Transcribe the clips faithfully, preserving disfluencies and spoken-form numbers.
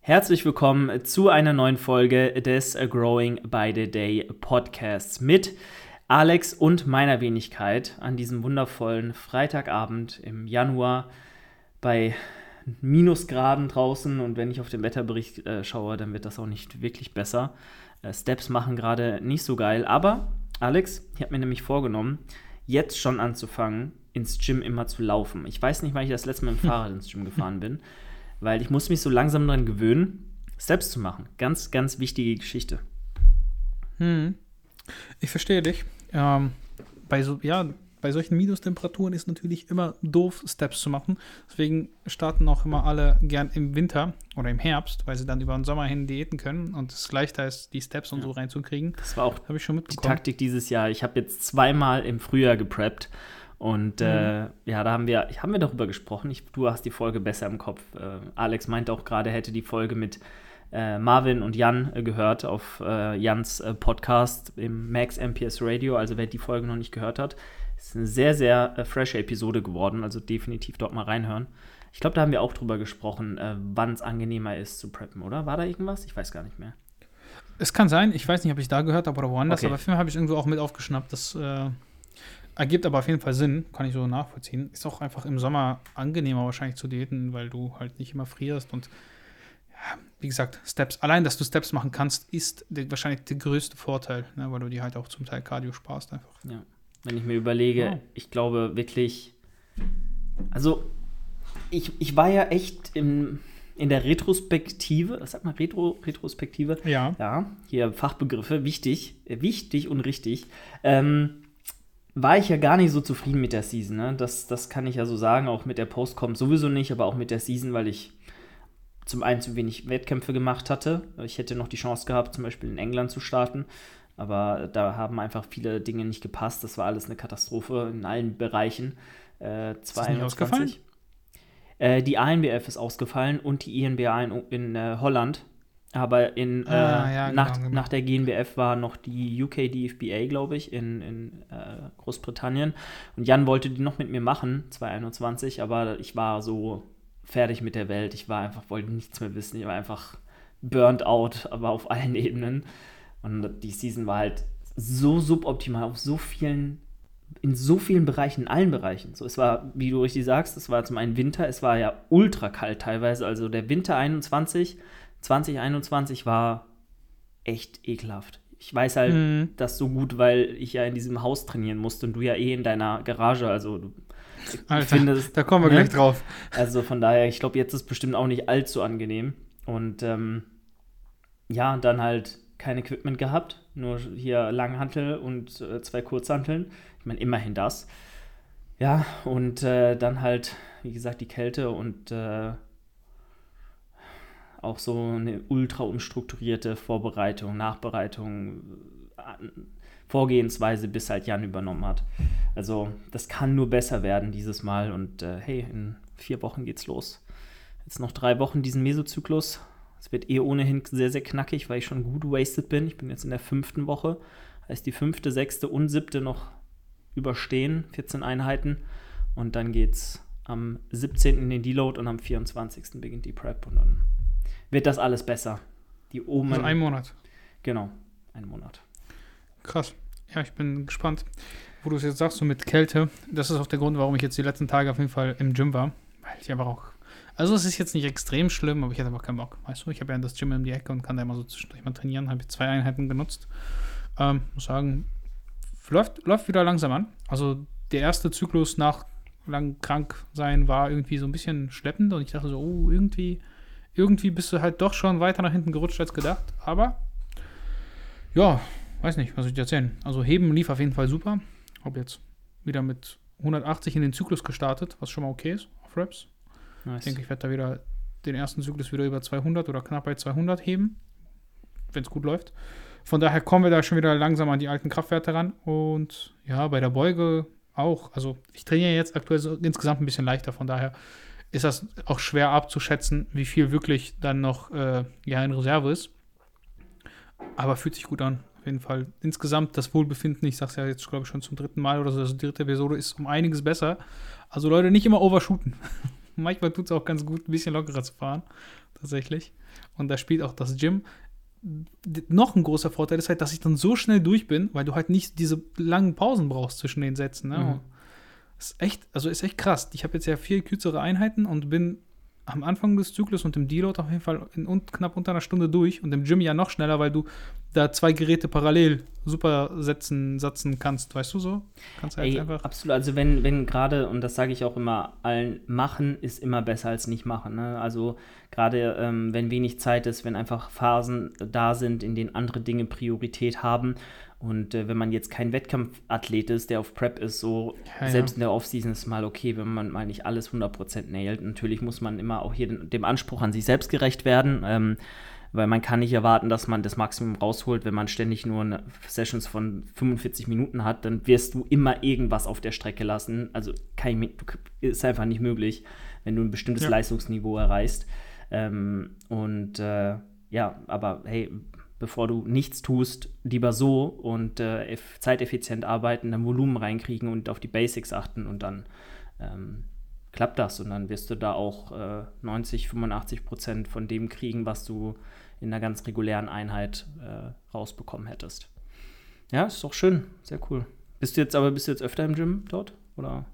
Herzlich willkommen zu einer neuen Folge des Growing by the Day Podcasts mit Alex und meiner Wenigkeit an diesem wundervollen Freitagabend im Januar bei Minusgraden draußen. Und wenn ich auf den Wetterbericht äh, schaue, dann wird das auch nicht wirklich besser. Äh, Steps machen gerade nicht so geil. Aber Alex, ich habe mir nämlich vorgenommen, jetzt schon anzufangen, ins Gym immer zu laufen. Ich weiß nicht, wann ich das letzte Mal mit dem Fahrrad ins Gym gefahren bin. Weil ich muss mich so langsam daran gewöhnen, Steps zu machen. Ganz, ganz wichtige Geschichte. Hm. Ich verstehe dich. Ähm, bei, so, ja, bei solchen Minustemperaturen ist natürlich immer doof, Steps zu machen. Deswegen starten auch immer alle gern im Winter oder im Herbst, weil sie dann über den Sommer hin diäten können und es leichter ist, die Steps und ja. so reinzukriegen. Das war auch Hab ich schon die Taktik dieses Jahr. Ich habe jetzt zweimal im Frühjahr gepreppt. Und mhm. äh, ja, da haben wir, haben wir darüber gesprochen. Ich, du hast die Folge besser im Kopf. Äh, Alex meinte auch gerade, hätte die Folge mit äh, Marvin und Jan äh, gehört auf äh, Jans äh, Podcast im Max M P S Radio. Also wer die Folge noch nicht gehört hat, ist eine sehr, sehr äh, frische Episode geworden. Also definitiv dort mal reinhören. Ich glaube, da haben wir auch drüber gesprochen, äh, wann es angenehmer ist zu preppen, oder? War da irgendwas? Ich weiß gar nicht mehr. Es kann sein. Ich weiß nicht, ob ich da gehört habe oder woanders. Okay. Aber für mich habe ich irgendwo auch mit aufgeschnappt, dass äh ergibt aber auf jeden Fall Sinn, kann ich so nachvollziehen. Ist auch einfach im Sommer angenehmer wahrscheinlich zu diäten, weil du halt nicht immer frierst. Und ja, wie gesagt, Steps, allein, dass du Steps machen kannst, ist der, wahrscheinlich der größte Vorteil, ne, weil du dir halt auch zum Teil Cardio sparst einfach. Ja, wenn ich mir überlege, oh. ich glaube wirklich, also ich, ich war ja echt im, in der Retrospektive, das sagt man Retro, Retrospektive? Ja. Ja, hier Fachbegriffe, wichtig, wichtig und richtig. Ähm, war ich ja gar nicht so zufrieden mit der Season. Ne? Das, das kann ich ja so sagen, auch mit der Postcom sowieso nicht, aber auch mit der Season, weil ich zum einen zu wenig Wettkämpfe gemacht hatte. Ich hätte noch die Chance gehabt, zum Beispiel in England zu starten, aber da haben einfach viele Dinge nicht gepasst. Das war alles eine Katastrophe in allen Bereichen. Äh, ist das nicht ausgefallen? Äh, die A N B F ist ausgefallen und die I N B A in, in äh, Holland. Aber in, ah, äh, ja, nach, genau, genau. nach der G N B F war noch die U K D F B A, glaube ich, in, in äh, Großbritannien. Und Jan wollte die noch mit mir machen, zwanzig einundzwanzig, aber ich war so fertig mit der Welt. Ich war einfach, wollte nichts mehr wissen. Ich war einfach burnt out, aber auf allen Ebenen. Und die Season war halt so suboptimal auf so vielen, in so vielen Bereichen, in allen Bereichen. So, es war, wie du richtig sagst, es war zum einen Winter, es war ja ultra kalt teilweise. Also der Winter einundzwanzig zwanzig einundzwanzig war echt ekelhaft. Ich weiß halt mhm. das so gut, weil ich ja in diesem Haus trainieren musste und du ja eh in deiner Garage, also du, Alter, ich finde, da kommen wir ne? gleich drauf. Also von daher, ich glaube, jetzt ist es bestimmt auch nicht allzu angenehm. Und ähm, ja, dann halt kein Equipment gehabt, nur hier Langhantel und äh, zwei Kurzhanteln. Ich meine, immerhin das. Ja, und äh, dann halt, wie gesagt, die Kälte und äh, auch so eine ultra unstrukturierte Vorbereitung, Nachbereitung, Vorgehensweise, bis halt Jan übernommen hat. Also das kann nur besser werden dieses Mal und äh, hey, in vier Wochen geht's los. Jetzt noch drei Wochen diesen Mesozyklus. Es wird eh ohnehin sehr, sehr knackig, weil ich schon gut wasted bin. Ich bin jetzt in der fünften Woche. Heißt die fünfte, sechste und siebte noch überstehen, vierzehn Einheiten. Und dann geht's am siebzehnten in den Deload und am vierundzwanzigsten beginnt die Prep und dann wird das alles besser. Die Omen. Also ein Monat. Genau, ein Monat. Krass. Ja, ich bin gespannt, wo du es jetzt sagst, so mit Kälte. Das ist auch der Grund, warum ich jetzt die letzten Tage auf jeden Fall im Gym war. Weil ich einfach auch, also es ist jetzt nicht extrem schlimm, aber ich hatte einfach keinen Bock. Weißt du, ich habe ja das Gym um die Ecke und kann da immer so zwischendurch mal trainieren. Habe zwei Einheiten genutzt. Ähm, muss sagen, läuft, läuft wieder langsam an. Also der erste Zyklus nach lang krank sein war irgendwie so ein bisschen schleppend und ich dachte so, oh, irgendwie Irgendwie bist du halt doch schon weiter nach hinten gerutscht als gedacht. Aber, ja, weiß nicht, was soll ich dir erzählen. Also Heben lief auf jeden Fall super. Hab jetzt wieder mit hundertachtzig in den Zyklus gestartet, was schon mal okay ist, auf Reps. Nice. Ich denke, ich werde da wieder den ersten Zyklus wieder über zweihundert oder knapp bei zweihundert heben, wenn es gut läuft. Von daher kommen wir da schon wieder langsam an die alten Kraftwerte ran. Und ja, bei der Beuge auch. Also ich trainiere jetzt aktuell so insgesamt ein bisschen leichter, von daher ist das auch schwer abzuschätzen, wie viel wirklich dann noch äh, ja, in Reserve ist. Aber fühlt sich gut an, auf jeden Fall. Insgesamt das Wohlbefinden, ich sage es ja jetzt, glaube ich, schon zum dritten Mal oder so, also die dritte Episode ist um einiges besser. Also Leute, nicht immer overshooten. Manchmal tut es auch ganz gut, ein bisschen lockerer zu fahren, tatsächlich. Und da spielt auch das Gym. D- Noch ein großer Vorteil ist halt, dass ich dann so schnell durch bin, weil du halt nicht diese langen Pausen brauchst zwischen den Sätzen. Ne? Mhm. Ist echt, also ist echt krass. Ich habe jetzt ja viel kürzere Einheiten und bin am Anfang des Zyklus und im Deload auf jeden Fall in un- knapp unter einer Stunde durch und im Gym ja noch schneller, weil du da zwei Geräte parallel super setzen, satzen kannst, weißt du so? Kannst halt Ey, einfach. absolut. Also wenn, wenn gerade, und das sage ich auch immer allen, machen ist immer besser als nicht machen. Ne? Also gerade ähm, wenn wenig Zeit ist, wenn einfach Phasen da sind, in denen andere Dinge Priorität haben. Und äh, wenn man jetzt kein Wettkampfathlet ist, der auf Prep ist, so Ja, selbst ja. in der Offseason ist mal okay, wenn man mal nicht alles hundert Prozent nailt. Natürlich muss man immer auch hier den, dem Anspruch an sich selbst gerecht werden. Ähm, weil man kann nicht erwarten, dass man das Maximum rausholt, wenn man ständig nur eine Sessions von fünfundvierzig Minuten hat, dann wirst du immer irgendwas auf der Strecke lassen. Also kann ich, ist einfach nicht möglich, wenn du ein bestimmtes Ja. Leistungsniveau erreichst. Ähm, und äh, ja, aber hey, bevor du nichts tust, lieber so und äh, eff- zeiteffizient arbeiten, dann Volumen reinkriegen und auf die Basics achten und dann ähm, klappt das und dann wirst du da auch äh, neunzig, fünfundachtzig Prozent von dem kriegen, was du in einer ganz regulären Einheit äh, rausbekommen hättest. Ja, ist doch schön, sehr cool. Bist du jetzt aber bist du jetzt öfter im Gym dort? Oder?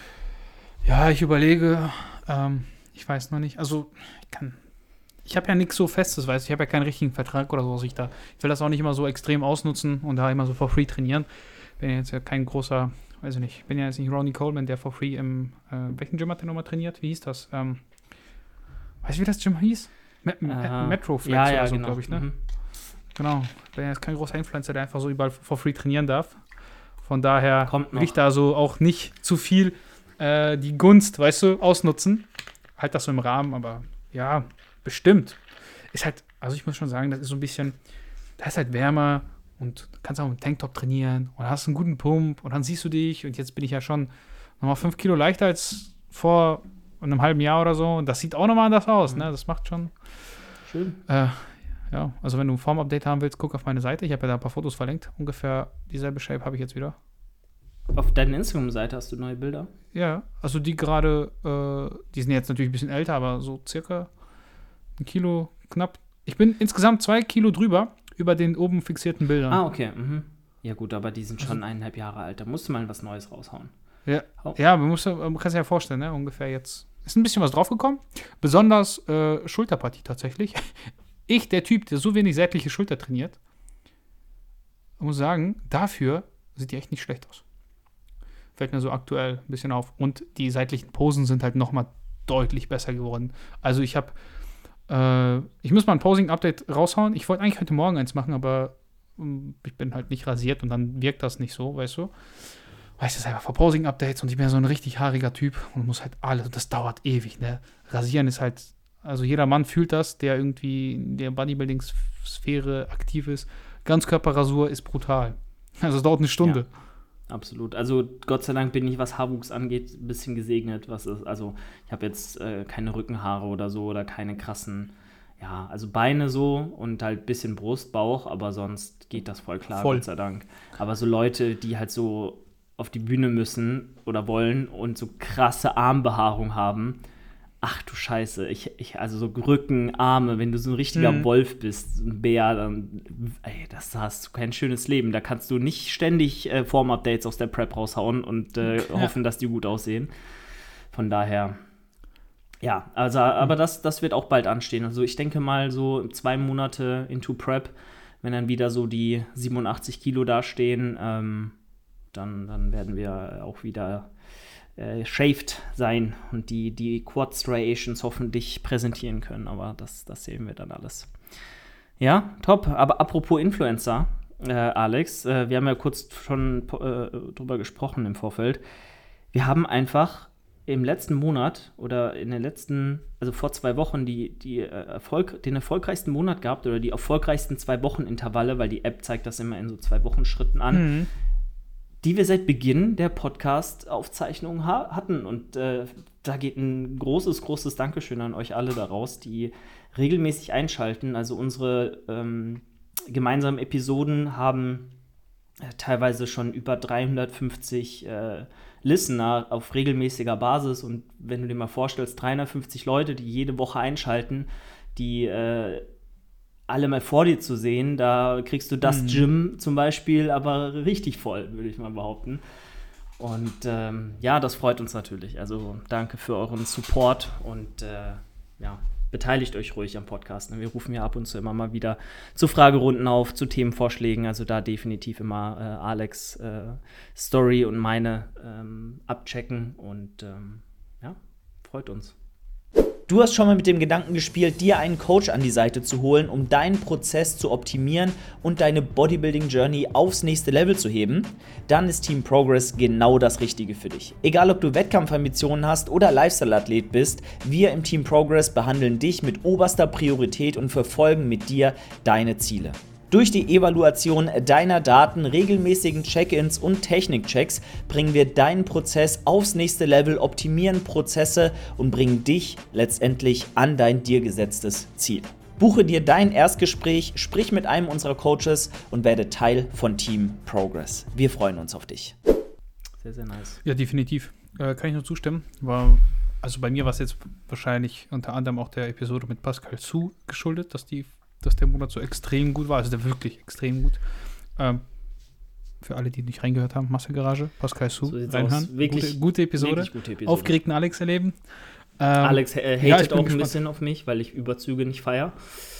Ja, ich überlege, ähm, ich weiß noch nicht. Also, ich kann. Ich habe ja nichts so Festes, weißt du, ich habe ja keinen richtigen Vertrag oder so, was ich da. Ich will das auch nicht immer so extrem ausnutzen und da immer so for free trainieren. Bin ja jetzt ja kein großer, weiß ich nicht, ich bin ja jetzt nicht Ronnie Coleman, der for free im, äh, welchen Gym hat der nochmal trainiert? Wie hieß das? Ähm, weißt du, wie das Gym hieß? Me Aha. Metroflex ja, ja, oder so, genau. glaube ich, ne? Mhm. Genau. Ich bin ja jetzt kein großer Influencer, der einfach so überall for free trainieren darf. Von daher Kommt will ich noch. da so auch nicht zu viel äh, die Gunst, weißt du, ausnutzen. Halt das so im Rahmen, aber ja, bestimmt. Ist halt, also ich muss schon sagen, das ist so ein bisschen, da ist halt wärmer und du kannst auch mit Tanktop trainieren und hast einen guten Pump und dann siehst du dich und jetzt bin ich ja schon nochmal fünf Kilo leichter als vor einem halben Jahr oder so und das sieht auch nochmal anders aus, Mhm. ne? Das macht schon, Schön. äh, ja, also wenn du ein Form-Update haben willst, guck auf meine Seite, ich habe ja da ein paar Fotos verlinkt, ungefähr dieselbe Shape habe ich jetzt wieder. Auf deiner Instagram-Seite hast du neue Bilder? Ja, also die gerade, äh, die sind jetzt natürlich ein bisschen älter, aber so circa ein Kilo knapp. Ich bin insgesamt zwei Kilo drüber über den oben fixierten Bildern. Ah, okay. Mhm. Ja gut, aber die sind schon Also- eineinhalb Jahre alt. Da musst du mal was Neues raushauen. Ja, Hau. ja man, muss, man kann sich ja vorstellen, ne? Ungefähr jetzt. Ist ein bisschen was draufgekommen. Besonders äh, Schulterpartie tatsächlich. Ich, der Typ, der so wenig seitliche Schulter trainiert, muss sagen, dafür sieht die echt nicht schlecht aus. Fällt mir so aktuell ein bisschen auf. Und die seitlichen Posen sind halt nochmal deutlich besser geworden. Also ich habe, äh, ich muss mal ein Posing-Update raushauen. Ich wollte eigentlich heute Morgen eins machen, aber ähm, ich bin halt nicht rasiert und dann wirkt das nicht so, weißt du. Weißt du, das ist einfach vor Posing-Updates und ich bin ja so ein richtig haariger Typ und muss halt alles, und das dauert ewig, ne. Rasieren ist halt, also jeder Mann fühlt das, der irgendwie in der Bodybuilding-Sphäre aktiv ist. Ganzkörperrasur ist brutal. Also es dauert eine Stunde. Absolut. Also Gott sei Dank bin ich, was Haarwuchs angeht, ein bisschen gesegnet. Was ist, also ich habe jetzt äh, keine Rückenhaare oder so oder keine krassen, ja, also Beine so und halt ein bisschen Brust, Bauch, aber sonst geht das voll klar, Voll. Gott sei Dank. Aber so Leute, die halt so auf die Bühne müssen oder wollen und so krasse Armbehaarung haben, ach du Scheiße, ich, ich, also so Rücken, Arme, wenn du so ein richtiger Mhm. Wolf bist, ein Bär, dann, ey, das hast du kein schönes Leben. Da kannst du nicht ständig äh, Form-Updates aus der Prep raushauen und äh, Ja. hoffen, dass die gut aussehen. Von daher, ja, also, aber das, das wird auch bald anstehen. Also ich denke mal so zwei Monate into Prep, wenn dann wieder so die siebenundachtzig Kilo dastehen, ähm, dann, dann werden wir auch wieder äh, shaved sein und die, die Quad Striations hoffentlich präsentieren können, aber das, das sehen wir dann alles. Ja, top. Aber apropos Influencer, äh, Alex, äh, wir haben ja kurz schon äh, drüber gesprochen im Vorfeld. Wir haben einfach im letzten Monat oder in den letzten, also vor zwei Wochen, die, die, äh, Erfolg, den erfolgreichsten Monat gehabt oder die erfolgreichsten zwei Wochen Intervalle, weil die App zeigt das immer in so zwei Wochen Schritten an, Mhm. die wir seit Beginn der Podcast-Aufzeichnung ha- hatten. Und äh, da geht ein großes, großes Dankeschön an euch alle daraus, die regelmäßig einschalten. Also unsere ähm, gemeinsamen Episoden haben äh, teilweise schon über dreihundertfünfzig äh, Listener auf regelmäßiger Basis. Und wenn du dir mal vorstellst, dreihundertfünfzig Leute, die jede Woche einschalten, die äh, alle mal vor dir zu sehen. Da kriegst du das mhm. Gym zum Beispiel aber richtig voll, würde ich mal behaupten. Und ähm, ja, das freut uns natürlich. Also danke für euren Support und äh, ja, beteiligt euch ruhig am Podcast. Wir rufen ja ab und zu immer mal wieder zu Fragerunden auf, zu Themenvorschlägen. Also da definitiv immer äh, Alex äh, Story und meine ähm, abchecken. Und ähm, ja, freut uns. Du hast schon mal mit dem Gedanken gespielt, dir einen Coach an die Seite zu holen, um deinen Prozess zu optimieren und deine Bodybuilding-Journey aufs nächste Level zu heben? Dann ist Team Progress genau das Richtige für dich. Egal, ob du Wettkampfambitionen hast oder Lifestyle-Athlet bist, wir im Team Progress behandeln dich mit oberster Priorität und verfolgen mit dir deine Ziele. Durch die Evaluation deiner Daten, regelmäßigen Check-ins und Technikchecks bringen wir deinen Prozess aufs nächste Level, optimieren Prozesse und bringen dich letztendlich an dein dir gesetztes Ziel. Buche dir dein Erstgespräch, sprich mit einem unserer Coaches und werde Teil von Team Progress. Wir freuen uns auf dich. Sehr, sehr nice. Ja, definitiv. Äh, kann ich nur zustimmen. War, also bei mir war es jetzt wahrscheinlich unter anderem auch der Episode mit Pascal Su geschuldet, dass die dass der Monat so extrem gut war, also der wirklich extrem gut. Ähm, für alle, die nicht reingehört haben, Massegarage, Pascal Su, so reinhören. Wirklich, gute, gute, Episode. wirklich gute Episode. Aufgeregten Alex erleben. Ähm, Alex äh, hatet ja, auch ein gespannt. bisschen auf mich, weil ich Überzüge nicht feiere.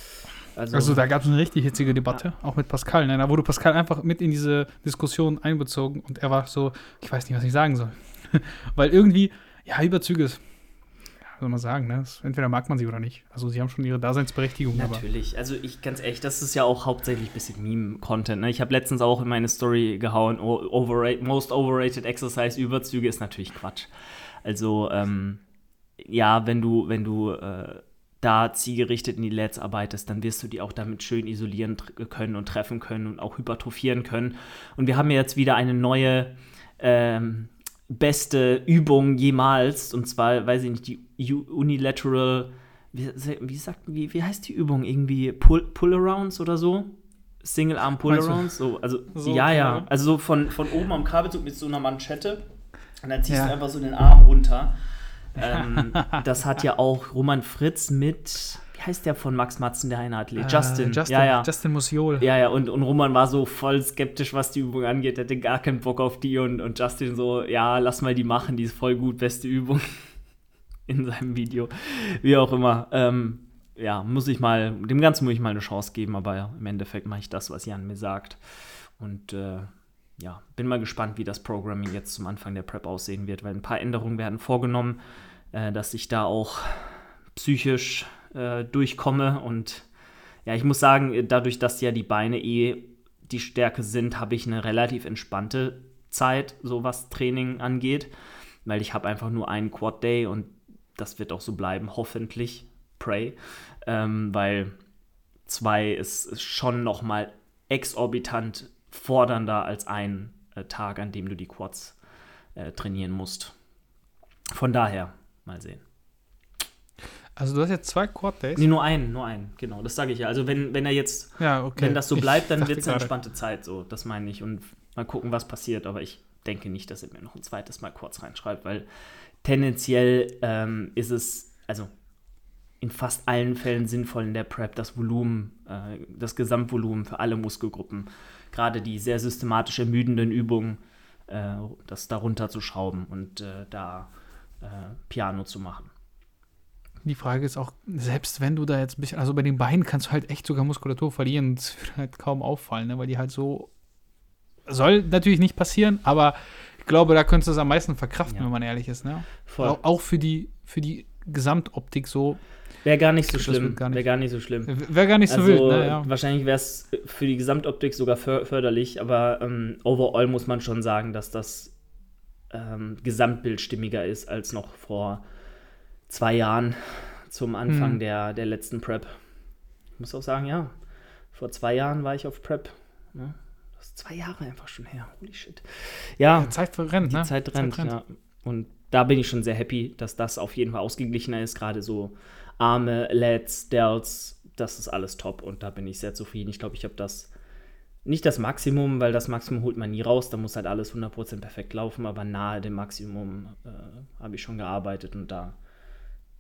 Also, also da gab es eine richtig hitzige Debatte, ja. Auch mit Pascal. Ne? Da wurde Pascal einfach mit in diese Diskussion einbezogen und er war so, ich weiß nicht, was ich sagen soll. Weil irgendwie, ja, Überzüge ist, soll man sagen, ne? Entweder mag man sie oder nicht. Also sie haben schon ihre Daseinsberechtigung. Natürlich, aber also ich, ganz ehrlich, das ist ja auch hauptsächlich ein bisschen Meme-Content. Ne? Ich habe letztens auch in meine Story gehauen, overrate, most overrated exercise, Überzüge ist natürlich Quatsch. Also ähm, ja, wenn du, wenn du äh, da zielgerichtet in die Lats arbeitest, dann wirst du die auch damit schön isolieren können und treffen können und auch hypertrophieren können. Und wir haben ja jetzt wieder eine neue ähm, beste Übung jemals, und zwar, weiß ich nicht, die Unilateral, wie, wie sagt, wie, wie heißt die Übung? Irgendwie Pull, Pull-Arounds oder so? Single-Arm Pull-Arounds? So, also, so, ja, ja. ja. Also so von, von oben am Kabelzug mit so einer Manschette und dann ziehst ja. du einfach so den Arm runter. ähm, das hat ja auch Roman Fritz mit, wie heißt der von Max Matzen, der eine Athlet? Äh, Justin. Justin, ja, ja. Justin Musiol. Ja, ja, und, und Roman war so voll skeptisch, was die Übung angeht, er hatte gar keinen Bock auf die und, und Justin so, ja, lass mal die machen, die ist voll gut, beste Übung in seinem Video, wie auch immer. Ähm, ja, muss ich mal, dem Ganzen muss ich mal eine Chance geben, aber ja, im Endeffekt mache ich das, was Jan mir sagt und äh, ja, bin mal gespannt, wie das Programming jetzt zum Anfang der Prep aussehen wird, weil ein paar Änderungen werden vorgenommen, äh, dass ich da auch psychisch äh, durchkomme und ja, ich muss sagen, dadurch, dass ja die Beine eh die Stärke sind, habe ich eine relativ entspannte Zeit, so was Training angeht, weil ich habe einfach nur einen Quad-Day und das wird auch so bleiben, hoffentlich, pray, ähm, weil zwei ist, ist schon noch mal exorbitant fordernder als ein äh, Tag, an dem du die Quads äh, trainieren musst. Von daher, mal sehen. Also du hast jetzt zwei Quad-Days? Nee, nur einen, nur einen, genau, das sage ich ja. Also wenn, wenn er jetzt, ja, okay. wenn das so bleibt, dann wird es eine gerade. entspannte Zeit, so, das meine ich. Und mal gucken, was passiert, aber ich denke nicht, dass er mir noch ein zweites Mal Quads reinschreibt, weil tendenziell ähm, ist es, also in fast allen Fällen sinnvoll in der Prep, das Volumen, äh, das Gesamtvolumen für alle Muskelgruppen, gerade die sehr systematisch ermüdenden Übungen, äh, das darunter zu schrauben und äh, da äh, Piano zu machen. Die Frage ist auch, selbst wenn du da jetzt ein bisschen, also bei den Beinen kannst du halt echt sogar Muskulatur verlieren, das wird halt kaum auffallen, ne? Weil die halt so, soll natürlich nicht passieren, aber ich glaube, da könntest du es am meisten verkraften, ja. Wenn man ehrlich ist, ne? Voll. Auch, auch für die, für die Gesamtoptik so. Wäre gar nicht so Das schlimm, gar nicht- wäre gar nicht so schlimm. Wäre gar nicht so Also wild, ne? Ja. wahrscheinlich wäre es für die Gesamtoptik sogar för- förderlich, aber ähm, overall muss man schon sagen, dass das ähm, Gesamtbild stimmiger ist als noch vor zwei Jahren zum Anfang Hm. der, der letzten Prep. Ich muss auch sagen, ja, vor zwei Jahren war ich auf Prep. Ne? Das ist zwei Jahre einfach schon her, holy shit. Ja, Die Zeit rennt, die ne? Zeit rennt, rennt. ja. Und da bin ich schon sehr happy, dass das auf jeden Fall ausgeglichener ist. Gerade so Arme, Lats, Delts, das ist alles top. Und da bin ich sehr zufrieden. Ich glaube, ich habe das, nicht das Maximum, weil das Maximum holt man nie raus. Da muss halt alles hundert Prozent perfekt laufen. Aber nahe dem Maximum äh, habe ich schon gearbeitet. Und da,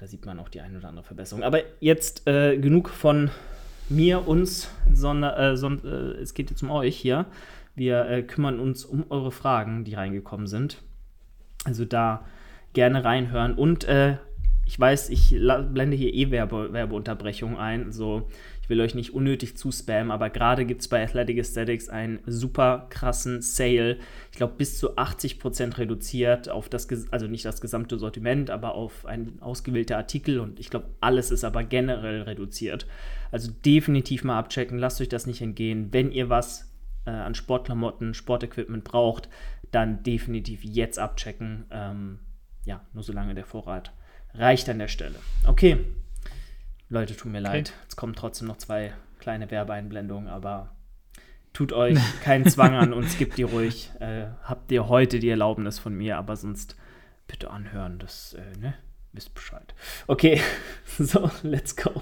da sieht man auch die ein oder andere Verbesserung. Aber jetzt äh, genug von mir, uns, sondern äh, son- äh, es geht jetzt um euch hier. Wir äh, kümmern uns um eure Fragen, die reingekommen sind. Also da gerne reinhören. Und äh, ich weiß, ich la- blende hier eh Werbe- Werbeunterbrechungen ein. Also ich will euch nicht unnötig zuspammen, aber gerade gibt es bei Athletic Aesthetics einen super krassen Sale. Ich glaube, bis zu achtzig Prozent reduziert auf das, ges- also nicht das gesamte Sortiment, aber auf ein ausgewählte Artikel. Und ich glaube, alles ist aber generell reduziert. Also definitiv mal abchecken, lasst euch das nicht entgehen. Wenn ihr was äh, an Sportklamotten, Sportequipment braucht, dann definitiv jetzt abchecken. Ähm, ja, nur solange der Vorrat reicht an der Stelle. Okay, Leute, tut mir Okay. leid. Jetzt kommen trotzdem noch zwei kleine Werbeeinblendungen, aber tut euch keinen Zwang an und skippt die ruhig. Äh, habt ihr heute die Erlaubnis von mir, aber sonst bitte anhören, das, äh, ne, wisst Bescheid. Okay, so, let's go.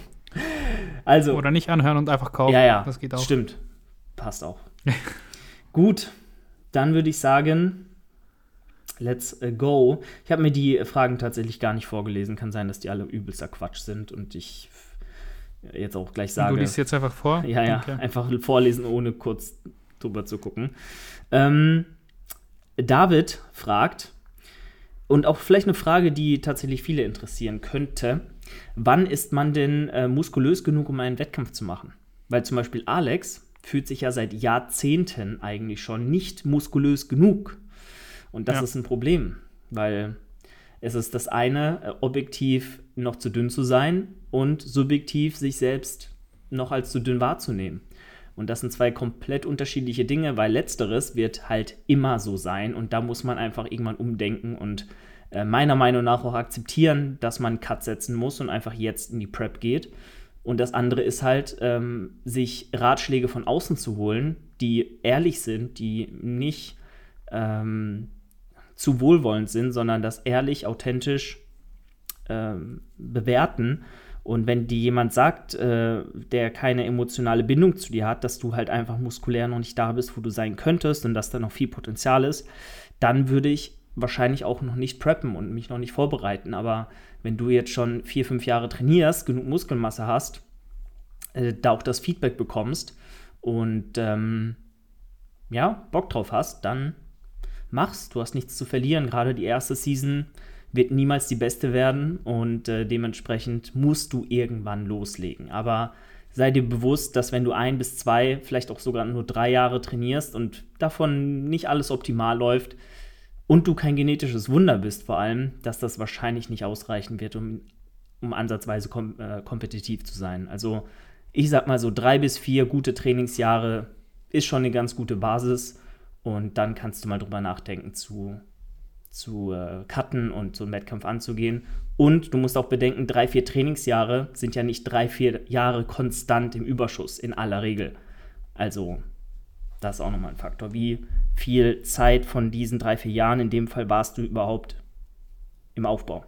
Also, Oder nicht anhören und einfach kaufen. ja, ja, Das geht auch. stimmt. Passt auch. Gut, dann würde ich sagen, let's äh, go. Ich habe mir die Fragen tatsächlich gar nicht vorgelesen. Kann sein, dass die alle übelster Quatsch sind und ich f- jetzt auch gleich sage. Du liest jetzt einfach vor? Ja, ja, Okay. einfach vorlesen, ohne kurz drüber zu gucken. Ähm, David fragt, und auch vielleicht eine Frage, die tatsächlich viele interessieren könnte, wann ist man denn äh, muskulös genug, um einen Wettkampf zu machen? Weil zum Beispiel Alex fühlt sich ja seit Jahrzehnten eigentlich schon nicht muskulös genug. Und das Ja. ist ein Problem, weil es ist das eine, äh, objektiv noch zu dünn zu sein und subjektiv sich selbst noch als zu dünn wahrzunehmen. Und das sind zwei komplett unterschiedliche Dinge, weil letzteres wird halt immer so sein und da muss man einfach irgendwann umdenken und äh, meiner Meinung nach auch akzeptieren, dass man einen Cut setzen muss und einfach jetzt in die Prep geht. Und das andere ist halt, ähm, sich Ratschläge von außen zu holen, die ehrlich sind, die nicht ähm, zu wohlwollend sind, sondern das ehrlich, authentisch ähm, bewerten. Und wenn dir jemand sagt, äh, der keine emotionale Bindung zu dir hat, dass du halt einfach muskulär noch nicht da bist, wo du sein könntest und dass da noch viel Potenzial ist, dann würde ich wahrscheinlich auch noch nicht preppen und mich noch nicht vorbereiten. Aber wenn du jetzt schon vier, fünf Jahre trainierst, genug Muskelmasse hast, äh, da auch das Feedback bekommst und ähm, ja, Bock drauf hast, dann mach's. Du hast nichts zu verlieren. Gerade die erste Season wird niemals die beste werden und äh, dementsprechend musst du irgendwann loslegen. Aber sei dir bewusst, dass wenn du ein bis zwei, vielleicht auch sogar nur drei Jahre trainierst und davon nicht alles optimal läuft und du kein genetisches Wunder bist vor allem, dass das wahrscheinlich nicht ausreichen wird, um, um ansatzweise kom- äh, kompetitiv zu sein. Also ich sag mal so drei bis vier gute Trainingsjahre ist schon eine ganz gute Basis. Und dann kannst du mal drüber nachdenken, zu, zu äh, cutten und so einen Wettkampf anzugehen. Und du musst auch bedenken, drei, vier Trainingsjahre sind ja nicht drei, vier Jahre konstant im Überschuss in aller Regel. Also das ist auch nochmal ein Faktor. Wie viel Zeit von diesen drei, vier Jahren in dem Fall warst du überhaupt im Aufbau?